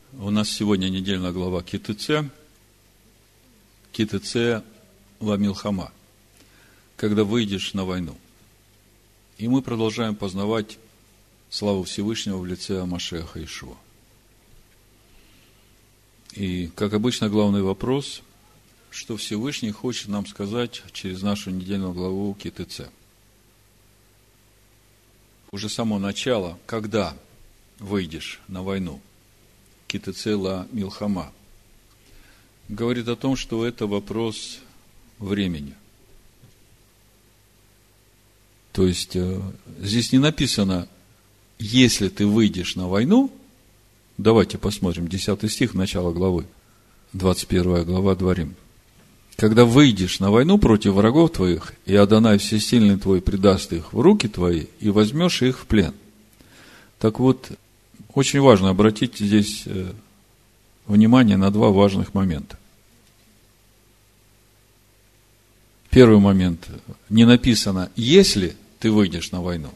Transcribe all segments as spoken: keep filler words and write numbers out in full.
У нас сегодня недельная глава Ки-тце. Ки-тце ла-милхама. Когда выйдешь на войну. И мы продолжаем познавать славу Всевышнего в лице Машиаха Иешуа. И, как обычно, главный вопрос, что Всевышний хочет нам сказать через нашу недельную главу Ки-тце. Уже с самого начала, когда выйдешь на войну, Ки-тце ла-милхама, говорит о том, что это вопрос времени. То есть, здесь не написано, если ты выйдешь на войну. Давайте посмотрим, десятый стих, начало главы, двадцать первая глава Дворим. Когда выйдешь на войну против врагов твоих, и Адонай Всесильный твой предаст их в руки твои, и возьмешь их в плен. Так вот, очень важно обратить здесь внимание на два важных момента. Первый момент. Не написано, если ты выйдешь на войну.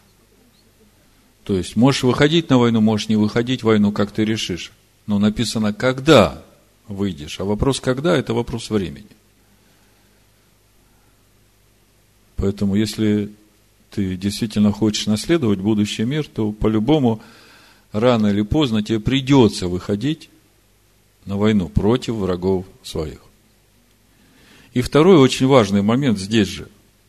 То есть, можешь выходить на войну, можешь не выходить в войну, как ты решишь. Но написано, когда выйдешь. А вопрос, когда, это вопрос времени. Поэтому, если ты действительно хочешь наследовать будущий мир, то по-любому, рано или поздно тебе придется выходить на войну против врагов своих. И второй очень важный момент здесь же.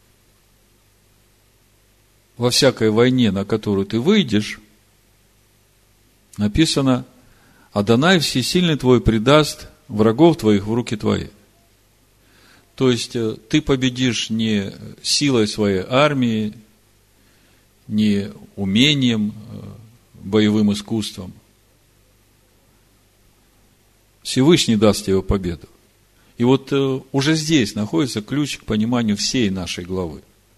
Во всякой войне, на которую ты выйдешь, написано, Адонай Всесильный твой предаст врагов твоих в руки твои. То есть, ты победишь не силой своей армии, не умением, боевым искусством. Всевышний даст тебе победу. И вот уже здесь находится ключ к пониманию всей нашей главы.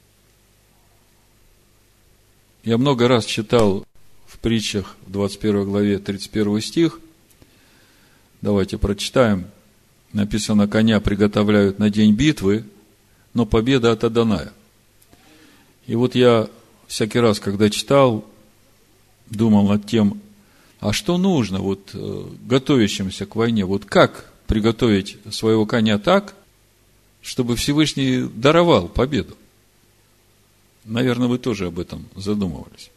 Я много раз читал в притчах в двадцать первой главе тридцать первый стих. Давайте прочитаем. Написано, коня приготовляют на день битвы, но победа от Адоная. И вот я всякий раз, когда читал, думал над тем, а что нужно вот готовящимся к войне? Вот как приготовить своего коня так, чтобы Всевышний даровал победу? Наверное, вы тоже об этом задумывались.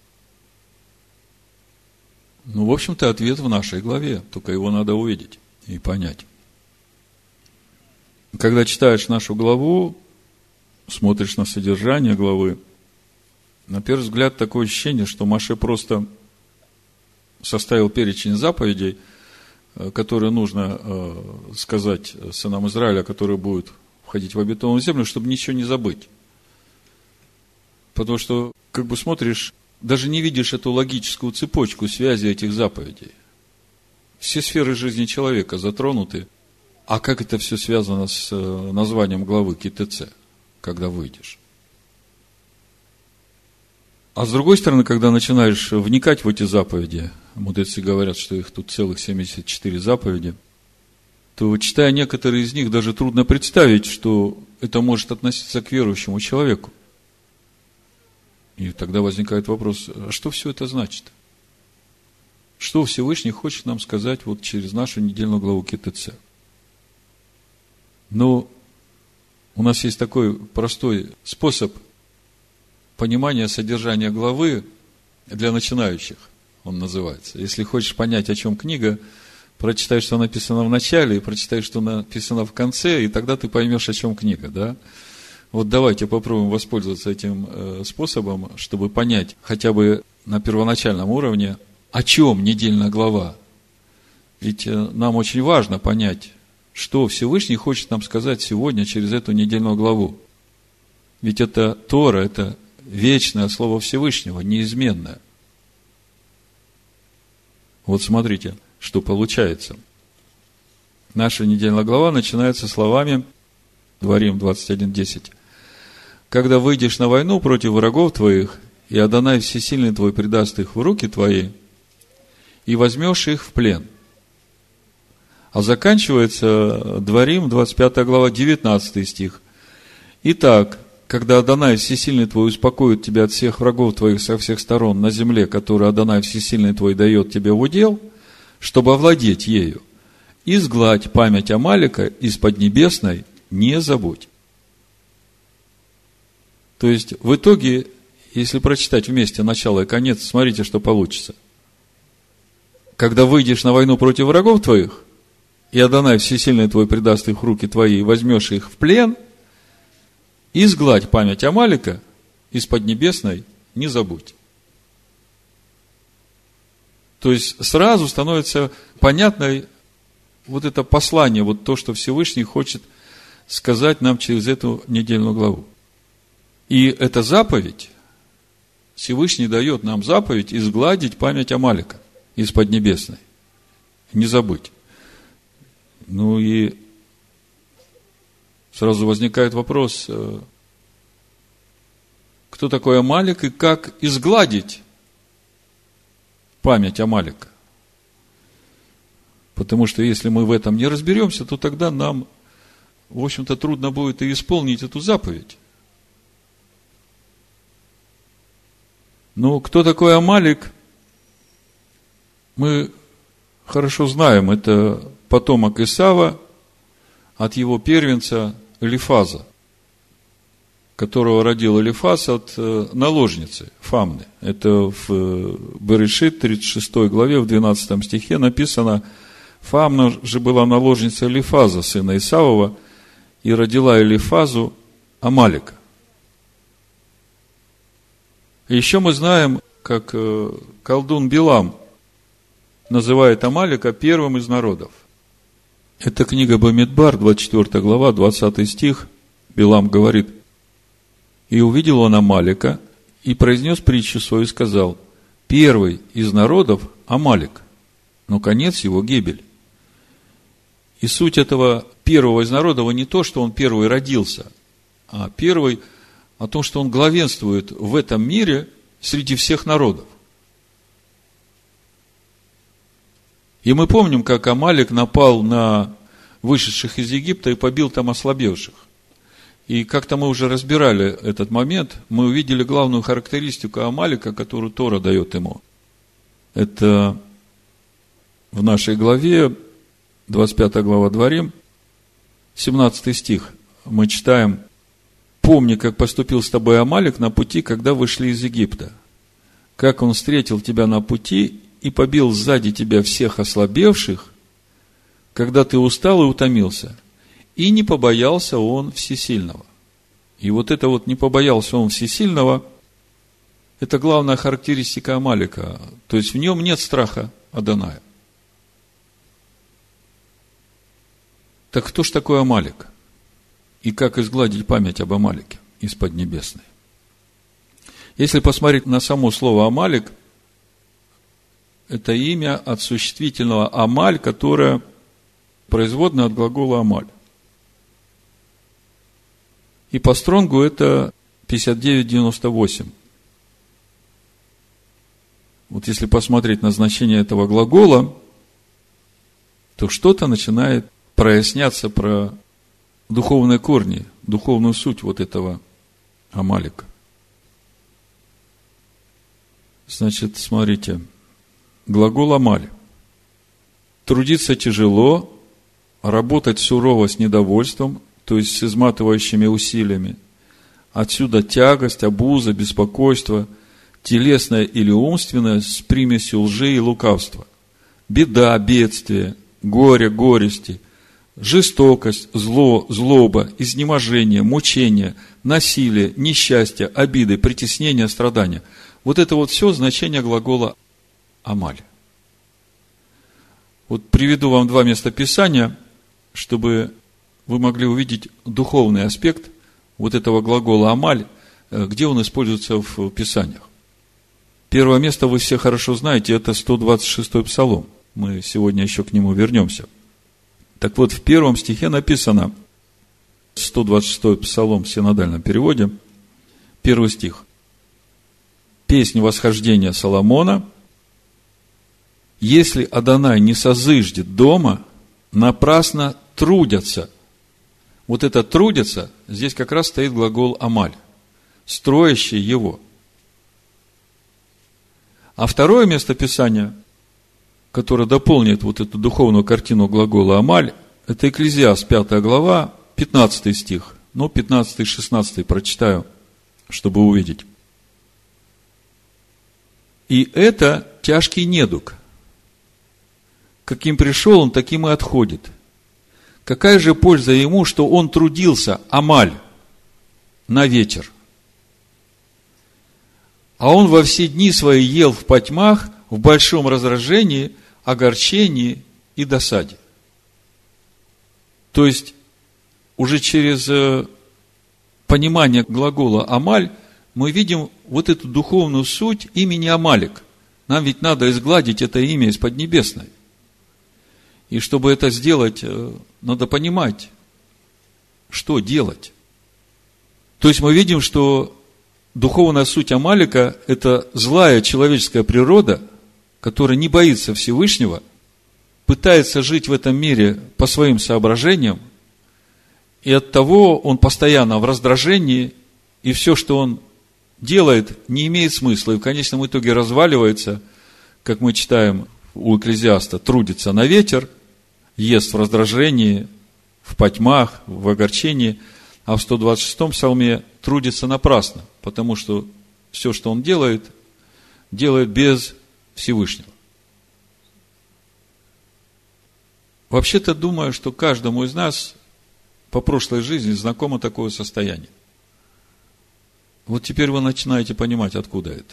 Ну, в общем-то, ответ в нашей главе, только его надо увидеть и понять. Когда читаешь нашу главу, смотришь на содержание главы, на первый взгляд такое ощущение, что Моше просто составил перечень заповедей, которые нужно сказать сынам Израиля, которые будут входить в обетованную землю, чтобы ничего не забыть. Потому что, как бы смотришь, даже не видишь эту логическую цепочку связи этих заповедей. Все сферы жизни человека затронуты. А как это все связано с названием главы Ки-тце, когда выйдешь? А с другой стороны, когда начинаешь вникать в эти заповеди, мудрецы говорят, что их тут целых семьдесят четыре заповеди, то, читая некоторые из них, даже трудно представить, что это может относиться к верующему человеку. И тогда возникает вопрос, а что все это значит? Что Всевышний хочет нам сказать вот через нашу недельную главу Ки-тце? Но у нас есть такой простой способ понимания содержания главы для начинающих, он называется. Если хочешь понять, о чем книга, прочитай, что написано в начале, и прочитай, что написано в конце, и тогда ты поймешь, о чем книга, да? Вот давайте попробуем воспользоваться этим способом, чтобы понять хотя бы на первоначальном уровне, о чем недельная глава. Ведь нам очень важно понять, что Всевышний хочет нам сказать сегодня через эту недельную главу. Ведь это Тора, это вечное Слово Всевышнего, неизменное. Вот смотрите, что получается. Наша недельная глава начинается словами Дворим двадцать один десять. Когда выйдешь на войну против врагов твоих, и Адонай Всесильный твой предаст их в руки твои, и возьмешь их в плен. А заканчивается Дворим, двадцать пятая глава, девятнадцатый стих. Итак, когда Адонай Всесильный твой успокоит тебя от всех врагов твоих со всех сторон на земле, которую Адонай Всесильный твой дает тебе в удел, чтобы овладеть ею. Изгладь память Амалика из Поднебесной, не забудь. То есть, в итоге, если прочитать вместе начало и конец, смотрите, что получится. Когда выйдешь на войну против врагов твоих, и Адонай Всесильный твой предаст их в руки твои, и возьмешь их в плен, изгладь память Амалика из Поднебесной, не забудь. То есть, сразу становится понятной вот это послание, вот то, что Всевышний хочет сказать нам через эту недельную главу. И эта заповедь, Всевышний дает нам заповедь изгладить память Амалика из Поднебесной. Не забыть. Ну и сразу возникает вопрос, кто такой Амалик и как изгладить память Амалика? Потому что если мы в этом не разберемся, то тогда нам, в общем-то, трудно будет и исполнить эту заповедь. Ну, кто такой Амалик, мы хорошо знаем. Это потомок Исава от его первенца Элифаза, которого родил Элифаз от наложницы Фамны. Это в Берешит, тридцать шестой главе, в двенадцатом стихе написано: Фамна же была наложницей Элифаза, сына Исавова, и родила Элифазу Амалика. И еще мы знаем, как колдун Билам называет Амалика первым из народов. Это книга Бамидбар, двадцать четвёртая глава, двадцатый стих. Билам говорит: «И увидел он Амалика, и произнес притчу свою, и сказал: первый из народов Амалик, но конец его гибель». И суть этого первого из народов не то, что он первый родился, а первый о том, что он главенствует в этом мире среди всех народов. И мы помним, как Амалик напал на вышедших из Египта и побил там ослабевших. И как-то мы уже разбирали этот момент, мы увидели главную характеристику Амалика, которую Тора дает ему. Это в нашей главе, двадцать пятая глава Дворим, семнадцатый стих, мы читаем: «Помни, как поступил с тобой Амалик на пути, когда вышли из Египта, как он встретил тебя на пути и побил сзади тебя всех ослабевших, когда ты устал и утомился, и не побоялся он Всесильного». И вот это вот «не побоялся он Всесильного» – это главная характеристика Амалика. То есть в нем нет страха Адоная. Так кто ж такой Амалик? И как изгладить память об Амалике из Поднебесной? Если посмотреть на само слово Амалик, это имя от существительного Амаль, которое производное от глагола Амаль. И по Стронгу это пятьдесят девять девяносто восемь. Вот если посмотреть на значение этого глагола, то что-то начинает проясняться про духовные корни, духовную суть вот этого Амалика. Значит, смотрите, глагол Амаль. Трудиться тяжело, работать сурово с недовольством, то есть с изматывающими усилиями. Отсюда тягость, обуза, беспокойство, телесное или умственное с примесью лжи и лукавства. Беда, бедствие, горе, горести, жестокость, зло, злоба, изнеможение, мучение, насилие, несчастье, обиды, притеснения, страдания. Вот это вот все значение глагола Амаль. Вот приведу вам два места Писания, чтобы вы могли увидеть духовный аспект вот этого глагола Амаль, где он используется в Писаниях. Первое место вы все хорошо знаете, это сто двадцать шестой Псалом. Мы сегодня еще к нему вернемся. Так вот, в первом стихе написано, сто двадцать шестой Псалом в синодальном переводе, первый стих. Песнь восхождения Соломона. Если Адонай не созыждет дома, напрасно трудятся. Вот это трудятся, здесь как раз стоит глагол Амаль, строящий его. А второе место Писания, которое дополнит вот эту духовную картину глагола «амаль», это Экклезиаст, пятая глава, пятнадцатый стих. Ну, пятнадцатый, шестнадцатый прочитаю, чтобы увидеть. «И это тяжкий недуг. Каким пришел он, таким и отходит. Какая же польза ему, что он трудился, амаль, на ветер? А он во все дни свои ел в потьмах, в большом раздражении, огорчении и досаде». То есть, уже через понимание глагола «амаль» мы видим вот эту духовную суть имени Амалик. Нам ведь надо изгладить это имя из Поднебесной. И чтобы это сделать, надо понимать, что делать. То есть мы видим, что духовная суть Амалика – это злая человеческая природа, которая не боится Всевышнего, пытается жить в этом мире по своим соображениям, и оттого он постоянно в раздражении, и все, что он делает, не имеет смысла, и в конечном итоге разваливается, как мы читаем у Экклезиаста, трудится на ветер, ест в раздражении, в потьмах, в огорчении, а в сто двадцать шестом псалме трудится напрасно, потому что все, что он делает, делает без Всевышнего. Вообще-то думаю, что каждому из нас по прошлой жизни знакомо такое состояние. Вот теперь вы начинаете понимать, откуда это.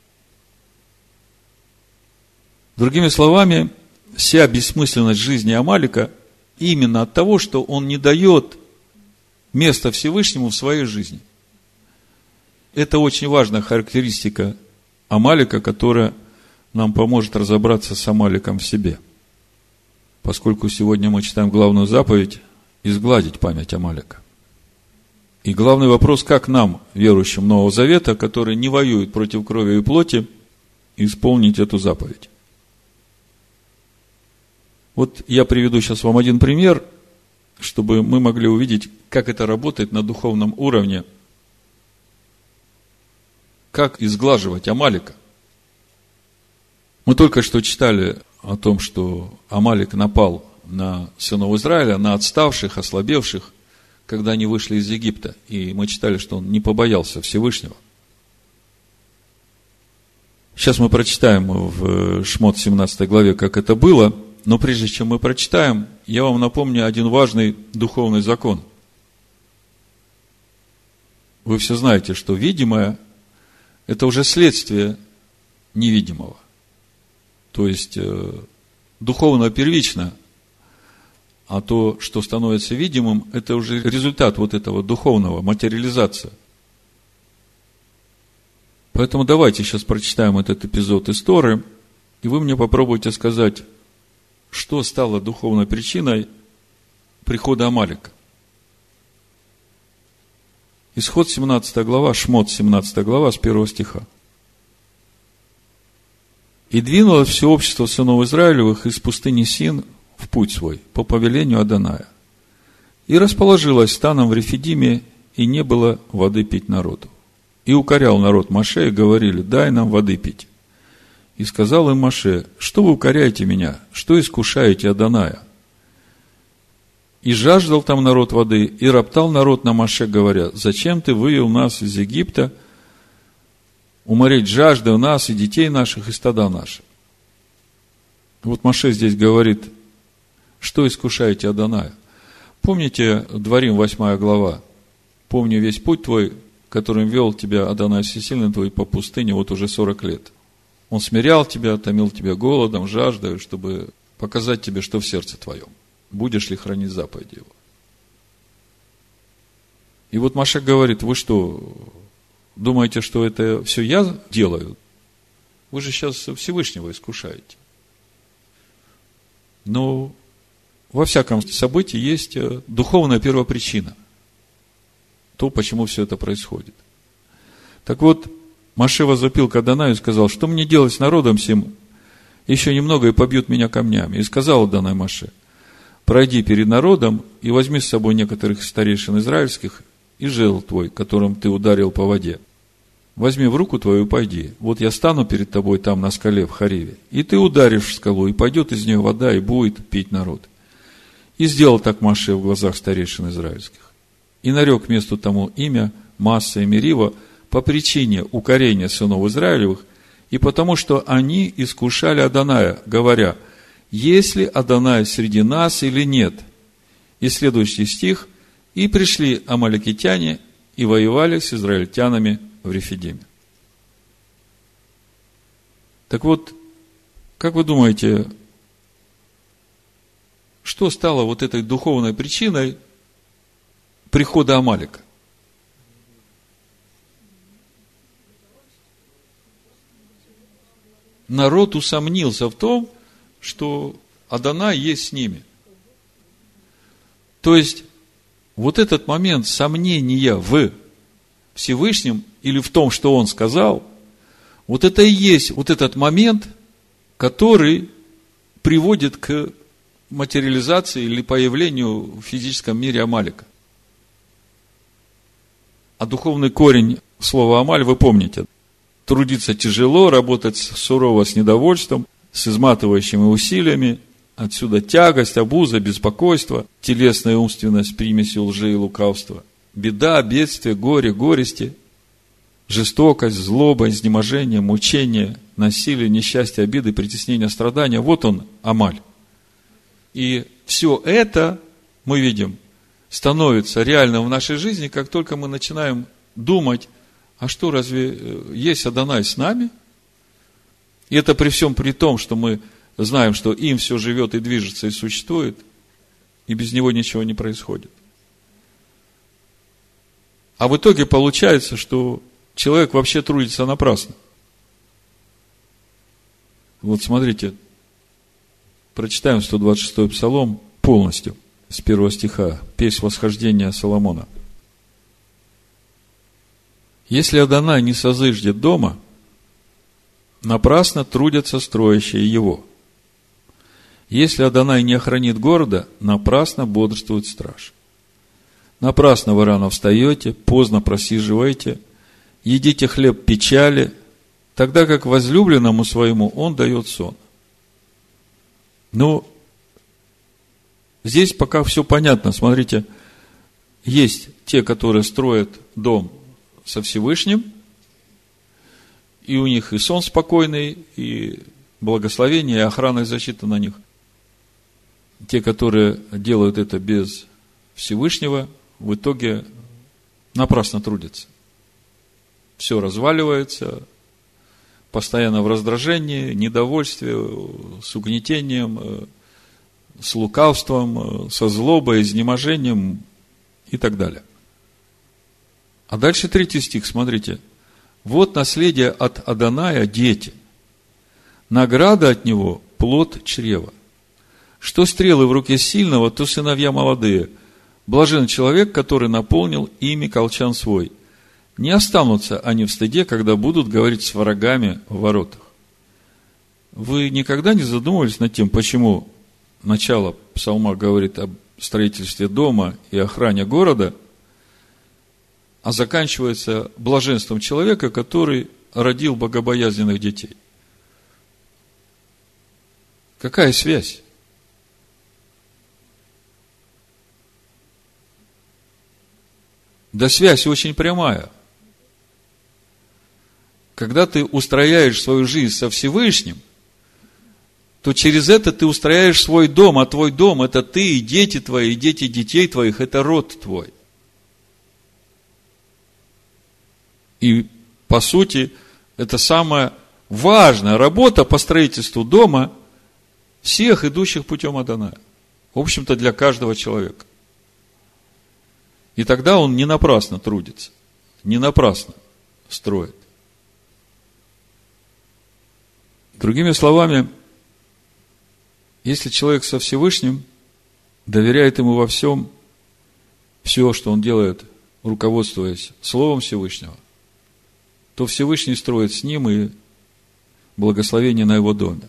Другими словами, вся бессмысленность жизни Амалика именно от того, что он не дает места Всевышнему в своей жизни. Это очень важная характеристика Амалика, которая нам поможет разобраться с Амаликом в себе. Поскольку сегодня мы читаем главную заповедь изгладить память Амалика. И главный вопрос, как нам, верующим Нового Завета, которые не воюют против крови и плоти, исполнить эту заповедь. Вот я приведу сейчас вам один пример, чтобы мы могли увидеть, как это работает на духовном уровне, как изглаживать Амалика. Мы только что читали о том, что Амалик напал на сынов Израиля, на отставших, ослабевших, когда они вышли из Египта. И мы читали, что он не побоялся Всевышнего. Сейчас мы прочитаем в Шмот семнадцатой главе, как это было. Но прежде чем мы прочитаем, я вам напомню один важный духовный закон. Вы все знаете, что видимое – это уже следствие невидимого. То есть, духовно первично, а то, что становится видимым, это уже результат вот этого духовного, материализация. Поэтому давайте сейчас прочитаем этот эпизод из Торы, и вы мне попробуйте сказать, что стало духовной причиной прихода Амалика. Исход семнадцатая глава, Шмот семнадцатая глава, с первого стиха. «И двинулось все общество сынов Израилевых из пустыни Син в путь свой, по повелению Адоная. И расположилось станом в Рефидиме, и не было воды пить народу. И укорял народ Моше, и говорили, дай нам воды пить. И сказал им Моше, что вы укоряете меня, что искушаете Адоная? И жаждал там народ воды, и роптал народ на Моше, говоря, зачем ты вывел нас из Египта, уморить жажды у нас и детей наших, и стада наших. Вот Моше здесь говорит, что искушаете Адоная? Помните, Дворим, восьмая глава, помни весь путь твой, которым вел тебя Адонай Всесильный твой по пустыне вот уже сорок лет. Он смирял тебя, томил тебя голодом, жаждой, чтобы показать тебе, что в сердце твоем. Будешь ли хранить заповеди его? И вот Моше говорит, вы что, думаете, что это все я делаю? Вы же сейчас Всевышнего искушаете. Но во всяком событии есть духовная первопричина. То, почему все это происходит. Так вот, Моше возопил к Адонаю и сказал, что мне делать с народом сим? Еще немного, и побьют меня камнями. И сказал Адонай Моше, пройди перед народом и возьми с собой некоторых старейшин израильских и жезл твой, которым ты ударил по воде. возьми в руку твою и пойди. Вот я стану перед тобой там на скале в Хариве, и ты ударишь в скалу, и пойдет из нее вода, и будет пить народ. И сделал так Моше в глазах старейшин израильских. И нарек месту тому имя Масса и Мерива по причине укорения сынов Израилевых, и потому что они искушали Адоная, говоря: есть ли Адонай среди нас или нет? И следующий стих: и пришли амаликитяне и воевали с израильтянами в Рефидиме. Так вот, как вы думаете, что стало вот этой духовной причиной прихода Амалика? Народ усомнился в том, что Адонай есть с ними. То есть, вот этот момент сомнения в Всевышнем или в том, что он сказал, вот это и есть вот этот момент, который приводит к материализации или появлению в физическом мире Амалика. А духовный корень слова Амаль вы помните. Трудиться тяжело, работать сурово с недовольством, с изматывающими усилиями. Отсюда тягость, обуза, беспокойство, телесная умственность с примесью лжи и лукавства, беда, бедствие, горе, горести, жестокость, злоба, изнеможение, мучение, насилие, несчастье, обиды, притеснение, страдания. Вот он, Амаль. И все это, мы видим, становится реальным в нашей жизни, как только мы начинаем думать: а что, разве есть Адонай с нами? И это при всем при том, что мы знаем, что им все живет и движется и существует, и без него ничего не происходит. А в итоге получается, что человек вообще трудится напрасно. Вот смотрите, прочитаем сто двадцать шестой Псалом полностью, с первого стиха, песнь восхождения Соломона. Если Адонай не созыждет дома, напрасно трудятся строящие его. Если Адонай не охранит города, напрасно бодрствует страж. Напрасно вы рано встаете, поздно просиживаете, едите хлеб печали, тогда как возлюбленному своему он дает сон. Но здесь пока все понятно. Смотрите, есть те, которые строят дом со Всевышним, и у них и сон спокойный, и благословение, и охрана, и защита на них. Те, которые делают это без Всевышнего, в итоге напрасно трудятся. Все разваливается, постоянно в раздражении, недовольстве, с угнетением, с лукавством, со злобой, изнеможением и так далее. А дальше третий стих, смотрите. Вот наследие от Адоная дети. Награда от него плод чрева. Что стрелы в руке сильного, то сыновья молодые. Блажен человек, который наполнил ими колчан свой. Не останутся они в стыде, когда будут говорить с врагами в воротах. Вы никогда не задумывались над тем, почему начало псалма говорит об строительстве дома и охране города, а заканчивается блаженством человека, который родил богобоязненных детей? Какая связь? Да связь очень прямая. Когда ты устрояешь свою жизнь со Всевышним, то через это ты устрояешь свой дом, а твой дом – это ты и дети твои, и дети детей твоих – это род твой. И, по сути, это самая важная работа по строительству дома всех, идущих путем Адоная. В общем-то, для каждого человека. И тогда он не напрасно трудится, не напрасно строит. Другими словами, если человек со Всевышним доверяет ему во всем, все, что он делает, руководствуясь Словом Всевышнего, то Всевышний строит с ним и благословение на его доме.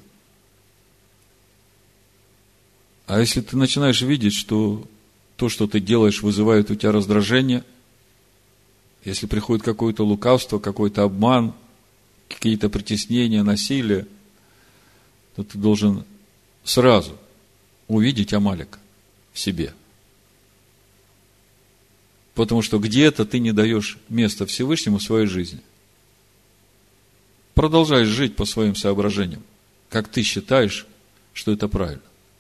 А если ты начинаешь видеть, что то, что ты делаешь, вызывает у тебя раздражение, Если приходит какое-то лукавство, какой-то обман, какие-то притеснения, насилие, то ты должен сразу увидеть Амалика в себе. Потому что где-то ты не даешь места Всевышнему в своей жизни. Продолжаешь жить по своим соображениям, как ты считаешь, что это правильно.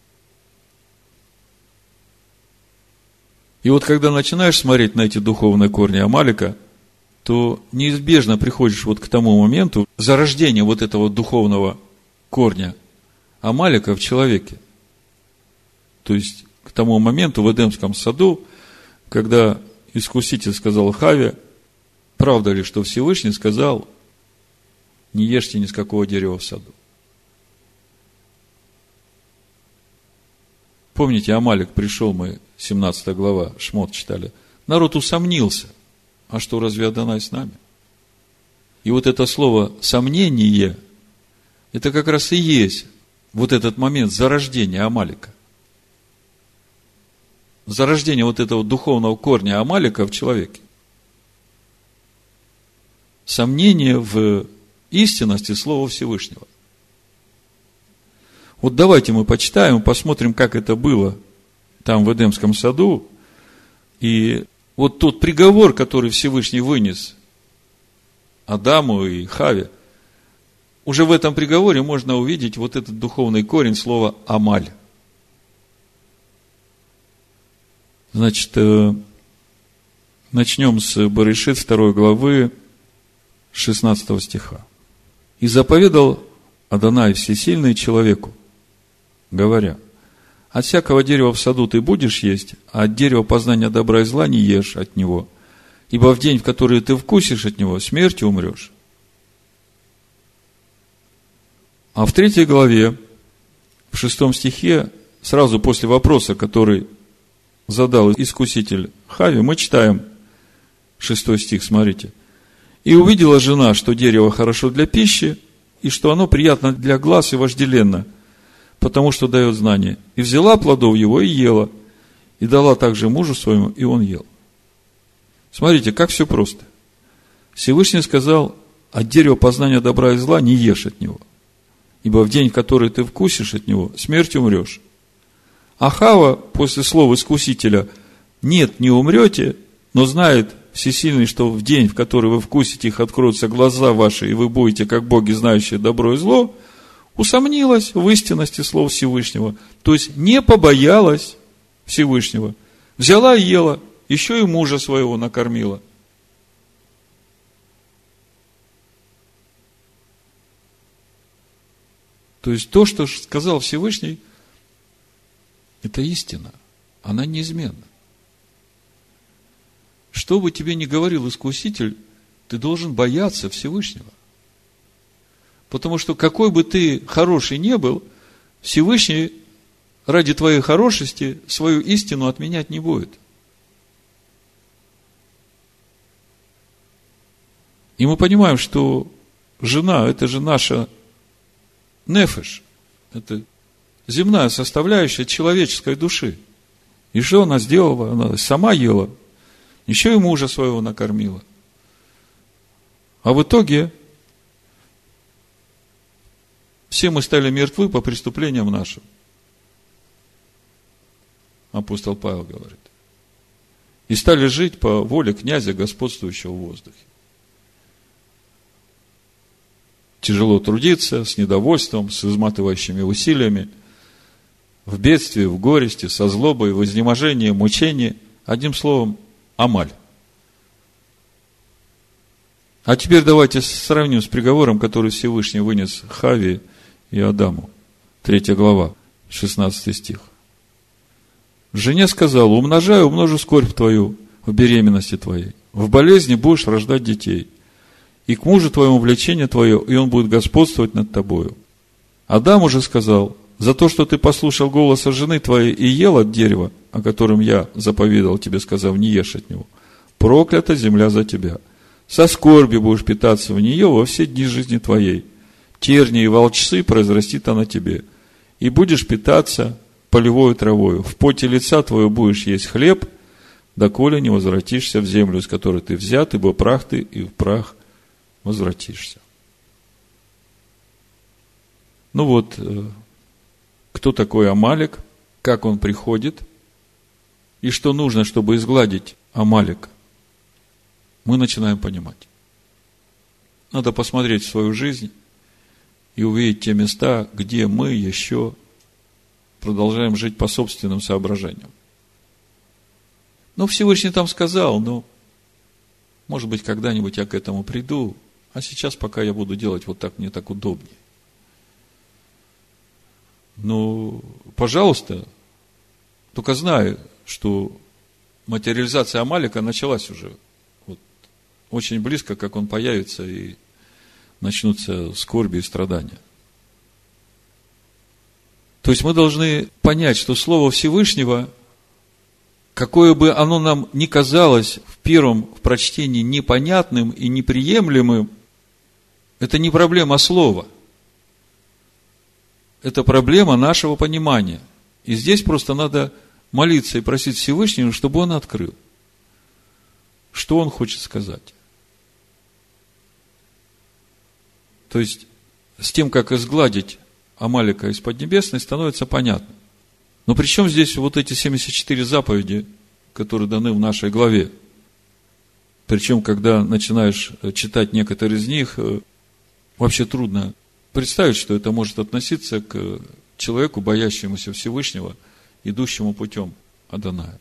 И вот когда начинаешь смотреть на эти духовные корни Амалика, то неизбежно приходишь вот к тому моменту зарождения вот этого духовного корня Амалика в человеке. То есть к тому моменту в Эдемском саду, когда искуситель сказал Хаве, правда ли, что Всевышний сказал, не ешьте ни с какого дерева в саду. Помните, Амалик пришел, мы семнадцатая глава, Шмот читали. Народ усомнился. А что, разве Адонай с нами? И вот это слово «сомнение», это как раз и есть вот этот момент зарождения Амалика. Зарождение вот этого духовного корня Амалика в человеке. Сомнение в истинности Слова Всевышнего. Вот давайте мы почитаем, посмотрим, как это было там в Эдемском саду. И вот тот приговор, который Всевышний вынес Адаму и Хаве, уже в этом приговоре можно увидеть вот этот духовный корень слова «амаль». Значит, начнем с Берешит второй главы шестнадцатого стиха. «И заповедал Адонай Всесильный человеку, говоря: от всякого дерева в саду ты будешь есть, а от дерева познания добра и зла не ешь от него, ибо в день, в который ты вкусишь от него, смертью умрешь». А в третьей главе, в шестом стихе, сразу после вопроса, который задал искуситель Хаве, мы читаем шестой стих, смотрите. «И увидела жена, что дерево хорошо для пищи, и что оно приятно для глаз и вожделенно, потому что дает знание. И взяла плодов его и ела, и дала также мужу своему, и он ел». Смотрите, как все просто. Всевышний сказал: от дерева познания добра и зла не ешь от него, ибо в день, в который ты вкусишь от него, смертью умрешь. А Хава после слова искусителя «нет, не умрете», но знает Всесильный, что в день, в который вы вкусите их, откроются глаза ваши, и вы будете, как боги, знающие добро и зло, усомнилась в истинности слов Всевышнего. То есть не побоялась Всевышнего. Взяла и ела, еще и мужа своего накормила. То есть то, что сказал Всевышний, это истина. Она неизменна. Что бы тебе ни говорил искуситель, ты должен бояться Всевышнего. Потому что какой бы ты хороший не был, Всевышний ради твоей хорошести свою истину отменять не будет. И мы понимаем, что жена – это же наша нефеш, это земная составляющая человеческой души. И что она сделала? Она сама ела, еще и мужа своего накормила. А в итоге все мы стали мертвы по преступлениям нашим. Апостол Павел говорит. И стали жить по воле князя, господствующего в воздухе. Тяжело трудиться, с недовольством, с изматывающими усилиями, в бедствии, в горести, со злобой, в изнеможении, мучении. Одним словом, амаль. А теперь давайте сравним с приговором, который Всевышний вынес Хаве и Адаму. Третья глава, шестнадцатый стих. Жене сказал: умножай, умножу скорбь твою в беременности твоей, в болезни будешь рождать детей, и к мужу твоему влечение твое, и он будет господствовать над тобою. Адам уже сказал: за то, что ты послушал голоса жены твоей и ел от дерева, о котором я заповедал тебе, сказав, не ешь от него, проклята земля за тебя. Со скорбью будешь питаться в нее во все дни жизни твоей. Терни и волчцы произрастит она тебе. И будешь питаться полевою травою. В поте лица твоего будешь есть хлеб, доколе не возвратишься в землю, из которой ты взят, ибо прах ты, и в прах возвратишься. Ну вот, кто такой Амалек, как он приходит, и что нужно, чтобы изгладить Амалека, мы начинаем понимать. Надо посмотреть в свою жизнь и увидеть те места, где мы еще продолжаем жить по собственным соображениям. Ну, Всевышний там сказал, ну, может быть, когда-нибудь я к этому приду, а сейчас пока я буду делать вот так, мне так удобнее. Ну, пожалуйста, только знай, что материализация Амалека началась уже вот, очень близко, как он появится, и начнутся скорби и страдания. То есть мы должны понять, что Слово Всевышнего, какое бы оно нам ни казалось в первом в прочтении непонятным и неприемлемым, это не проблема слова. Это проблема нашего понимания. И здесь просто надо молиться и просить Всевышнего, чтобы Он открыл, что Он хочет сказать. То есть, с тем, как изгладить Амалека из Поднебесной, становится понятно. Но при чем здесь вот эти семьдесят четыре заповеди, которые даны в нашей главе? Причем, когда начинаешь читать некоторые из них, вообще трудно представить, что это может относиться к человеку, боящемуся Всевышнего, идущему путем Адоная.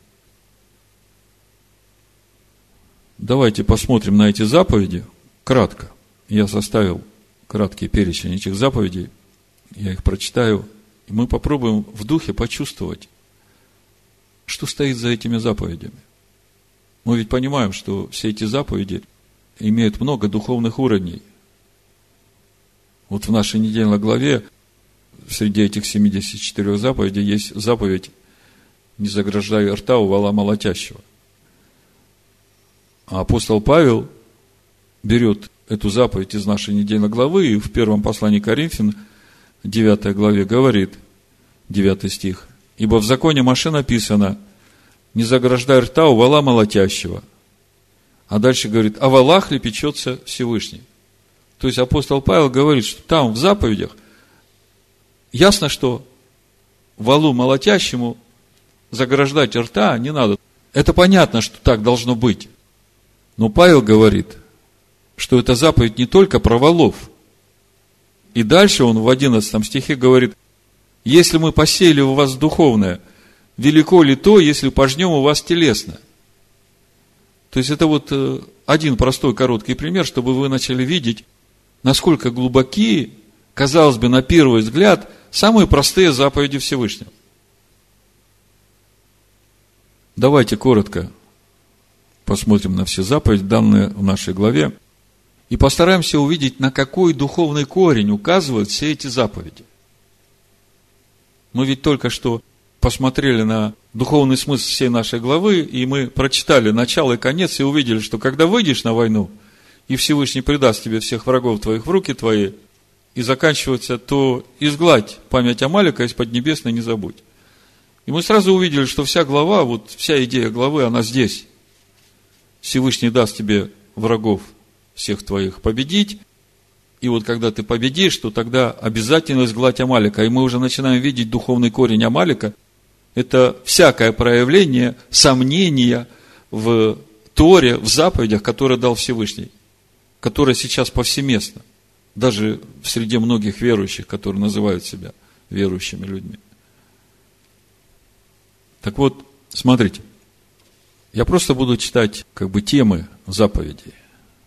Давайте посмотрим на эти заповеди кратко. Я составил краткий перечень этих заповедей. Я их прочитаю, и мы попробуем в духе почувствовать, что стоит за этими заповедями. Мы ведь понимаем, что все эти заповеди имеют много духовных уровней. Вот в нашей недельной главе среди этих семидесяти четырёх заповедей есть заповедь «Не заграждай рта у вола молотящего». А апостол Павел берет эту заповедь из нашей недельной главы и в первом послании к Коринфянам, девятой главе, говорит, девятый стих: «Ибо в законе Моше написано: не заграждай рта у вола молотящего». А дальше говорит: «О волах ли печется Всевышний?» То есть апостол Павел говорит, что там в заповедях ясно, что волу молотящему заграждать рта не надо. Это понятно, что так должно быть. Но Павел говорит, что эта заповедь не только про волов. И дальше он в одиннадцатом стихе говорит: если мы посеяли у вас духовное, велико ли то, если пожнем у вас телесное? То есть это вот один простой короткий пример, чтобы вы начали видеть, насколько глубоки, казалось бы, на первый взгляд, самые простые заповеди Всевышнего. Давайте коротко посмотрим на все заповеди, данные в нашей главе, и постараемся увидеть, на какой духовный корень указывают все эти заповеди. Мы ведь только что посмотрели на духовный смысл всей нашей главы, и мы прочитали начало и конец, и увидели, что когда выйдешь на войну, и Всевышний предаст тебе всех врагов твоих в руки твои, и заканчивается, то изгладь память Амалека из Поднебесной не забудь. И мы сразу увидели, что вся глава, вот вся идея главы, она здесь. Всевышний даст тебе врагов всех твоих победить, и вот когда ты победишь, то тогда обязательно изгладь Амалека. И мы уже начинаем видеть духовный корень Амалека. Это всякое проявление сомнения в Торе, в заповедях, которые дал Всевышний, которое сейчас повсеместно, даже в среде многих верующих, которые называют себя верующими людьми. Так вот, смотрите, я просто буду читать как бы темы заповедей.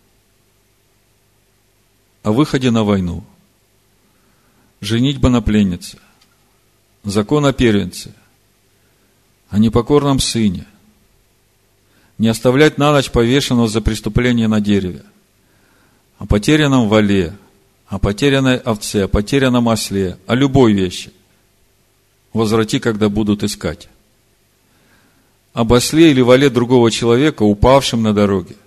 О выходе на войну, женитьба на пленнице, закон о первенце, о непокорном сыне, не оставлять на ночь повешенного за преступление на дереве, о потерянном воле, о потерянной овце, о потерянном осле, о любой вещи. Возврати, когда будут искать. Об осле или воле другого человека, упавшем на дороге.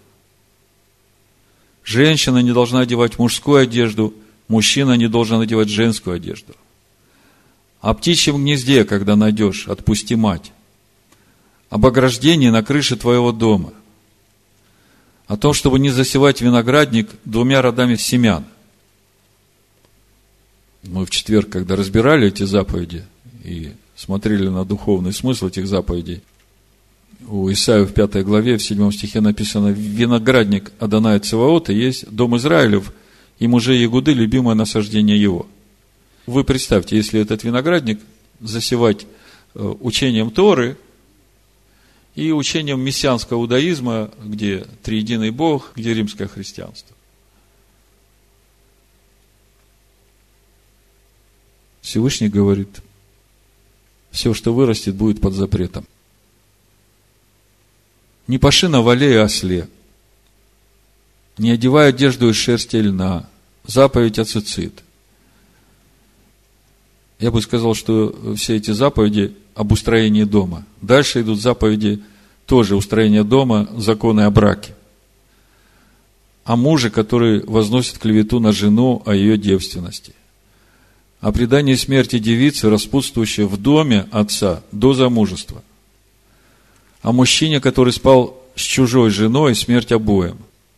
Женщина не должна одевать мужскую одежду, мужчина не должен одевать женскую одежду. О птичьем гнезде, когда найдешь, отпусти мать. об ограждении на крыше твоего дома, о том, чтобы не засевать виноградник двумя родами семян. Мы в четверг, когда разбирали эти заповеди и смотрели на духовный смысл этих заповедей, у Исаии в пятой главе, в седьмом стихе написано: «Виноградник Адоная Цеваота есть дом Израилев, и мужей Ягуды любимое насаждение его». Вы представьте, если этот виноградник засевать учением Торы и учением мессианского иудаизма, где триединый Бог, где римское христианство. Всевышний говорит, все, что вырастет, будет под запретом. Не паши на воле и осле, не одевай одежду из шерсти и льна, заповедь о цицит. Я бы сказал, что все эти заповеди об устроении дома. Дальше идут заповеди тоже устроения дома, законы о браке. О муже, который возносит клевету на жену, о ее девственности. О предании смерти девицы, распутствующей в доме отца до замужества. О мужчине, который спал с чужой женой, смерть обоим.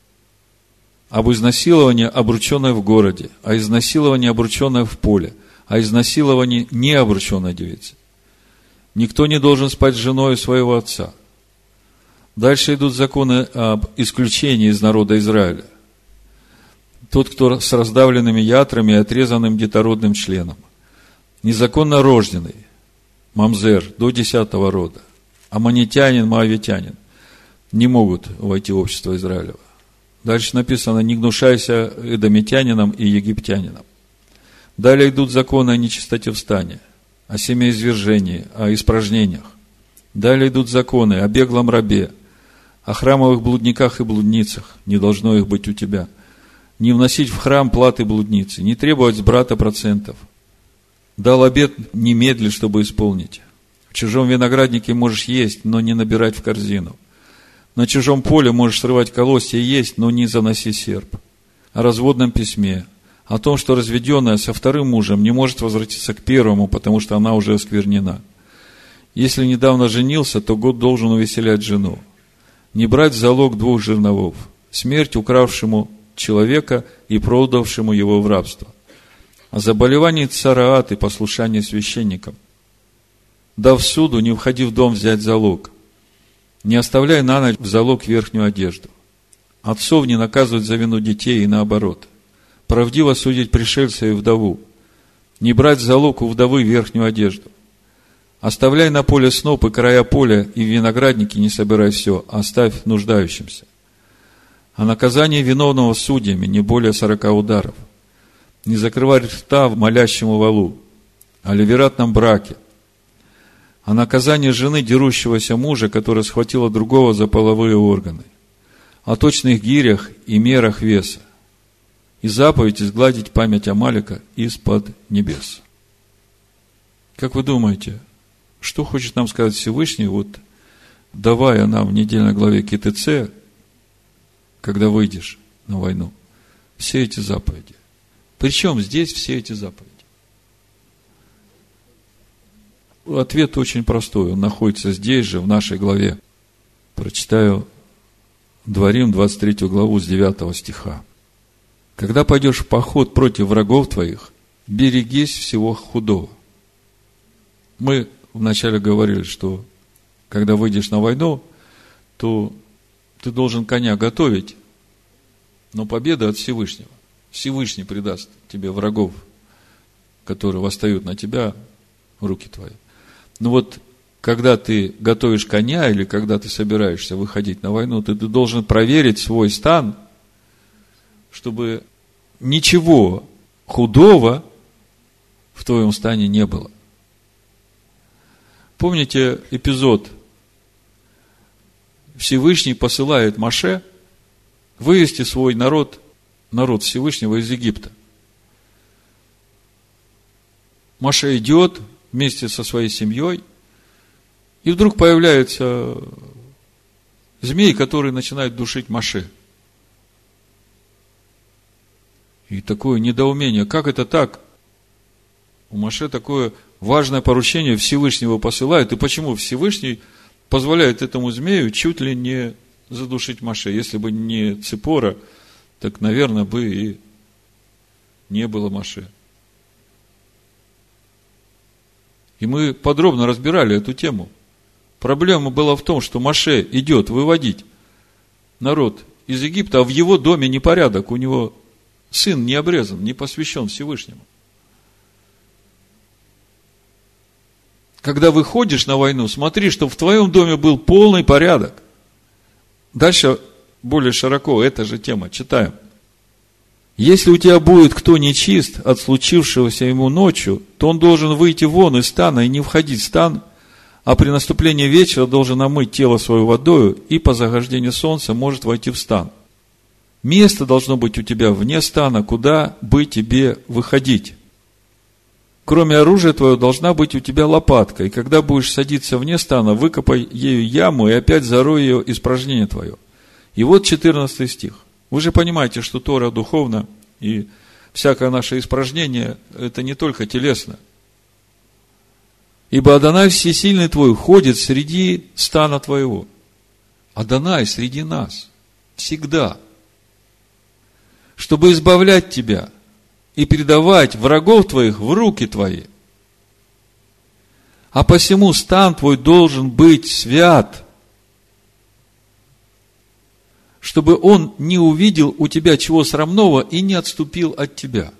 Об изнасиловании, обрученной в городе, о изнасиловании, обрученной в поле, о изнасиловании необрученной девицы. Никто не должен спать с женой своего отца. Дальше идут законы об исключении из народа Израиля. Тот, кто с раздавленными ятрами и отрезанным детородным членом. Незаконно рожденный, мамзер, до десятого рода. Аммонитянин, моавитянин не могут войти в общество Израилева. Дальше написано: не гнушайся эдомитянином и египтянином. Далее идут законы о нечистоте в стане, о семяизвержении, о испражнениях. Далее идут законы о беглом рабе, о храмовых блудниках и блудницах, не должно их быть у тебя. Не вносить в храм платы блудницы, не требовать с брата процентов. Дал обет немедли, чтобы исполнить. В чужом винограднике можешь есть, но не набирать в корзину. На чужом поле можешь срывать колосья и есть, но не заноси серп. О разводном письме, о том, что разведенная со вторым мужем не может возвратиться к первому, потому что она уже осквернена. Если недавно женился, то год должен увеселять жену. Не брать в залог двух жерновов. Смерть укравшему человека и продавшему его в рабство. О заболевании цараат и послушании священникам. Дав суду, не входи в дом взять залог. Не оставляй на ночь в залог верхнюю одежду. Отцов не наказывать за вину детей и наоборот. Правдиво судить пришельца и вдову. Не брать в залог у вдовы верхнюю одежду. Оставляй на поле сноп и края поля, и в винограднике не собирай все, оставь нуждающимся. О наказании виновного судьями не более сорока ударов. Не закрывай рта в молящему валу. О ливератном браке. О наказании жены дерущегося мужа, которая схватила другого за половые органы. О точных гирях и мерах веса. И заповедь изгладить память Амалика из-под небес. Как вы думаете, что хочет нам сказать Всевышний, вот давая нам в недельной главе ка тэ цэ, когда выйдешь на войну, все эти заповеди? Причем здесь все эти заповеди? Ответ очень простой, он находится здесь же, в нашей главе. Прочитаю Дворим, двадцать третью главу, с девятого стиха. Когда пойдешь в поход против врагов твоих, берегись всего худого. Мы вначале говорили, что когда выйдешь на войну, то ты должен коня готовить, но победа от Всевышнего. Всевышний предаст тебе врагов, которые восстают на тебя, в руки твои. Но вот когда ты готовишь коня или когда ты собираешься выходить на войну, ты, ты должен проверить свой стан, чтобы ничего худого в твоем стане не было. Помните эпизод? Всевышний посылает Моше вывести свой народ, народ Всевышнего из Египта. Моше идет вместе со своей семьей, и вдруг появляется змей, который начинает душить Моше. И такое недоумение, как это так? У Моше такое важное поручение Всевышнего посылает, и почему Всевышний позволяет этому змею чуть ли не задушить Моше. Если бы не Ципора, так, наверное, бы и не было Моше. И мы подробно разбирали эту тему. Проблема была в том, что Моше идет выводить народ из Египта, а в его доме непорядок. У него сын не обрезан, не посвящен Всевышнему. Когда выходишь на войну, смотри, чтобы в твоем доме был полный порядок. Дальше более широко эта же тема. Читаем. Если у тебя будет кто нечист от случившегося ему ночью, то он должен выйти вон из стана и не входить в стан, а при наступлении вечера должен омыть тело свое водою и по загождению солнца может войти в стан. Место должно быть у тебя вне стана, куда бы тебе выходить. Кроме оружия твоего должна быть у тебя лопатка, и когда будешь садиться вне стана, выкопай ею яму и опять зарой ее испражнение твое. И вот четырнадцатый стих. Вы же понимаете, что Тора духовна, и всякое наше испражнение – это не только телесно. Ибо Адонай всесильный твой ходит среди стана твоего. Адонай среди нас. Всегда. Чтобы избавлять тебя и предавать врагов твоих в руки твои. А посему стан твой должен быть свят, чтобы он не увидел у тебя чего срамного и не отступил от тебя.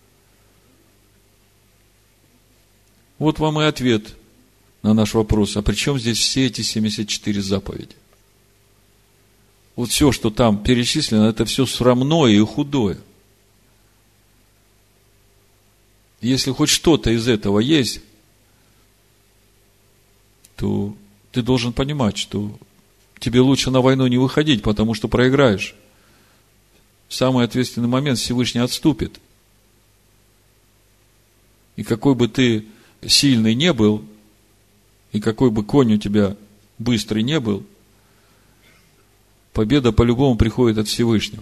Вот вам и ответ на наш вопрос, а при чем здесь все эти семьдесят четыре заповеди? Вот все, что там перечислено, это все срамное и худое. Если хоть что-то из этого есть, то ты должен понимать, что тебе лучше на войну не выходить, потому что проиграешь. В самый ответственный момент Всевышний отступит. И какой бы ты сильный не был, и какой бы конь у тебя быстрый не был, победа по-любому приходит от Всевышнего.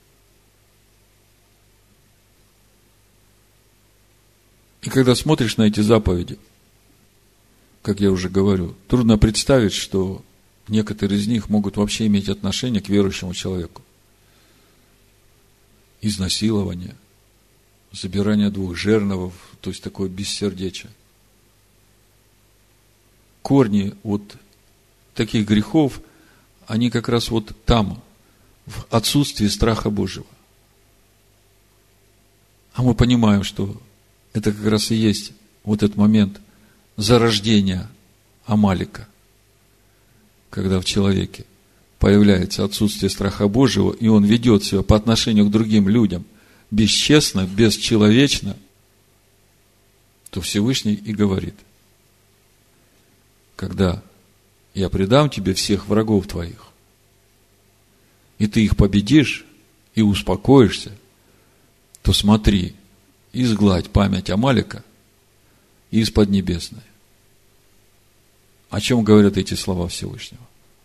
И когда смотришь на эти заповеди, как я уже говорю, трудно представить, что некоторые из них могут вообще иметь отношение к верующему человеку. Изнасилование, забирание двух жерновов, то есть такое бессердечие. Корни вот таких грехов, они как раз вот там, в отсутствии страха Божьего. А мы понимаем, что это как раз и есть вот этот момент зарождения Амалика, когда в человеке появляется отсутствие страха Божьего, и он ведет себя по отношению к другим людям бесчестно, бесчеловечно, то Всевышний и говорит: когда я предам тебе всех врагов твоих, и ты их победишь, и успокоишься, то смотри, изгладь память Амалика из Поднебесной. О чем говорят эти слова Всевышнего?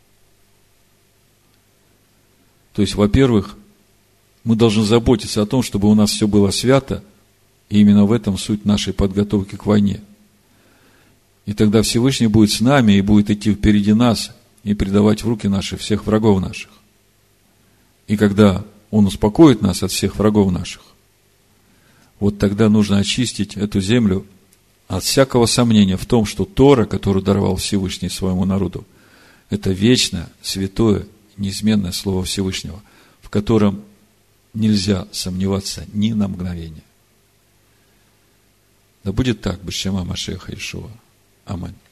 То есть, во-первых, мы должны заботиться о том, чтобы у нас все было свято, и именно в этом суть нашей подготовки к войне. И тогда Всевышний будет с нами и будет идти впереди нас и предавать в руки наши всех врагов наших. И когда Он успокоит нас от всех врагов наших, вот тогда нужно очистить эту землю от всякого сомнения в том, что Тора, которую даровал Всевышний своему народу, это вечное, святое, неизменное Слово Всевышнего, в котором нельзя сомневаться ни на мгновение. Да будет так, б'шема Машеха Иешуа. Аминь.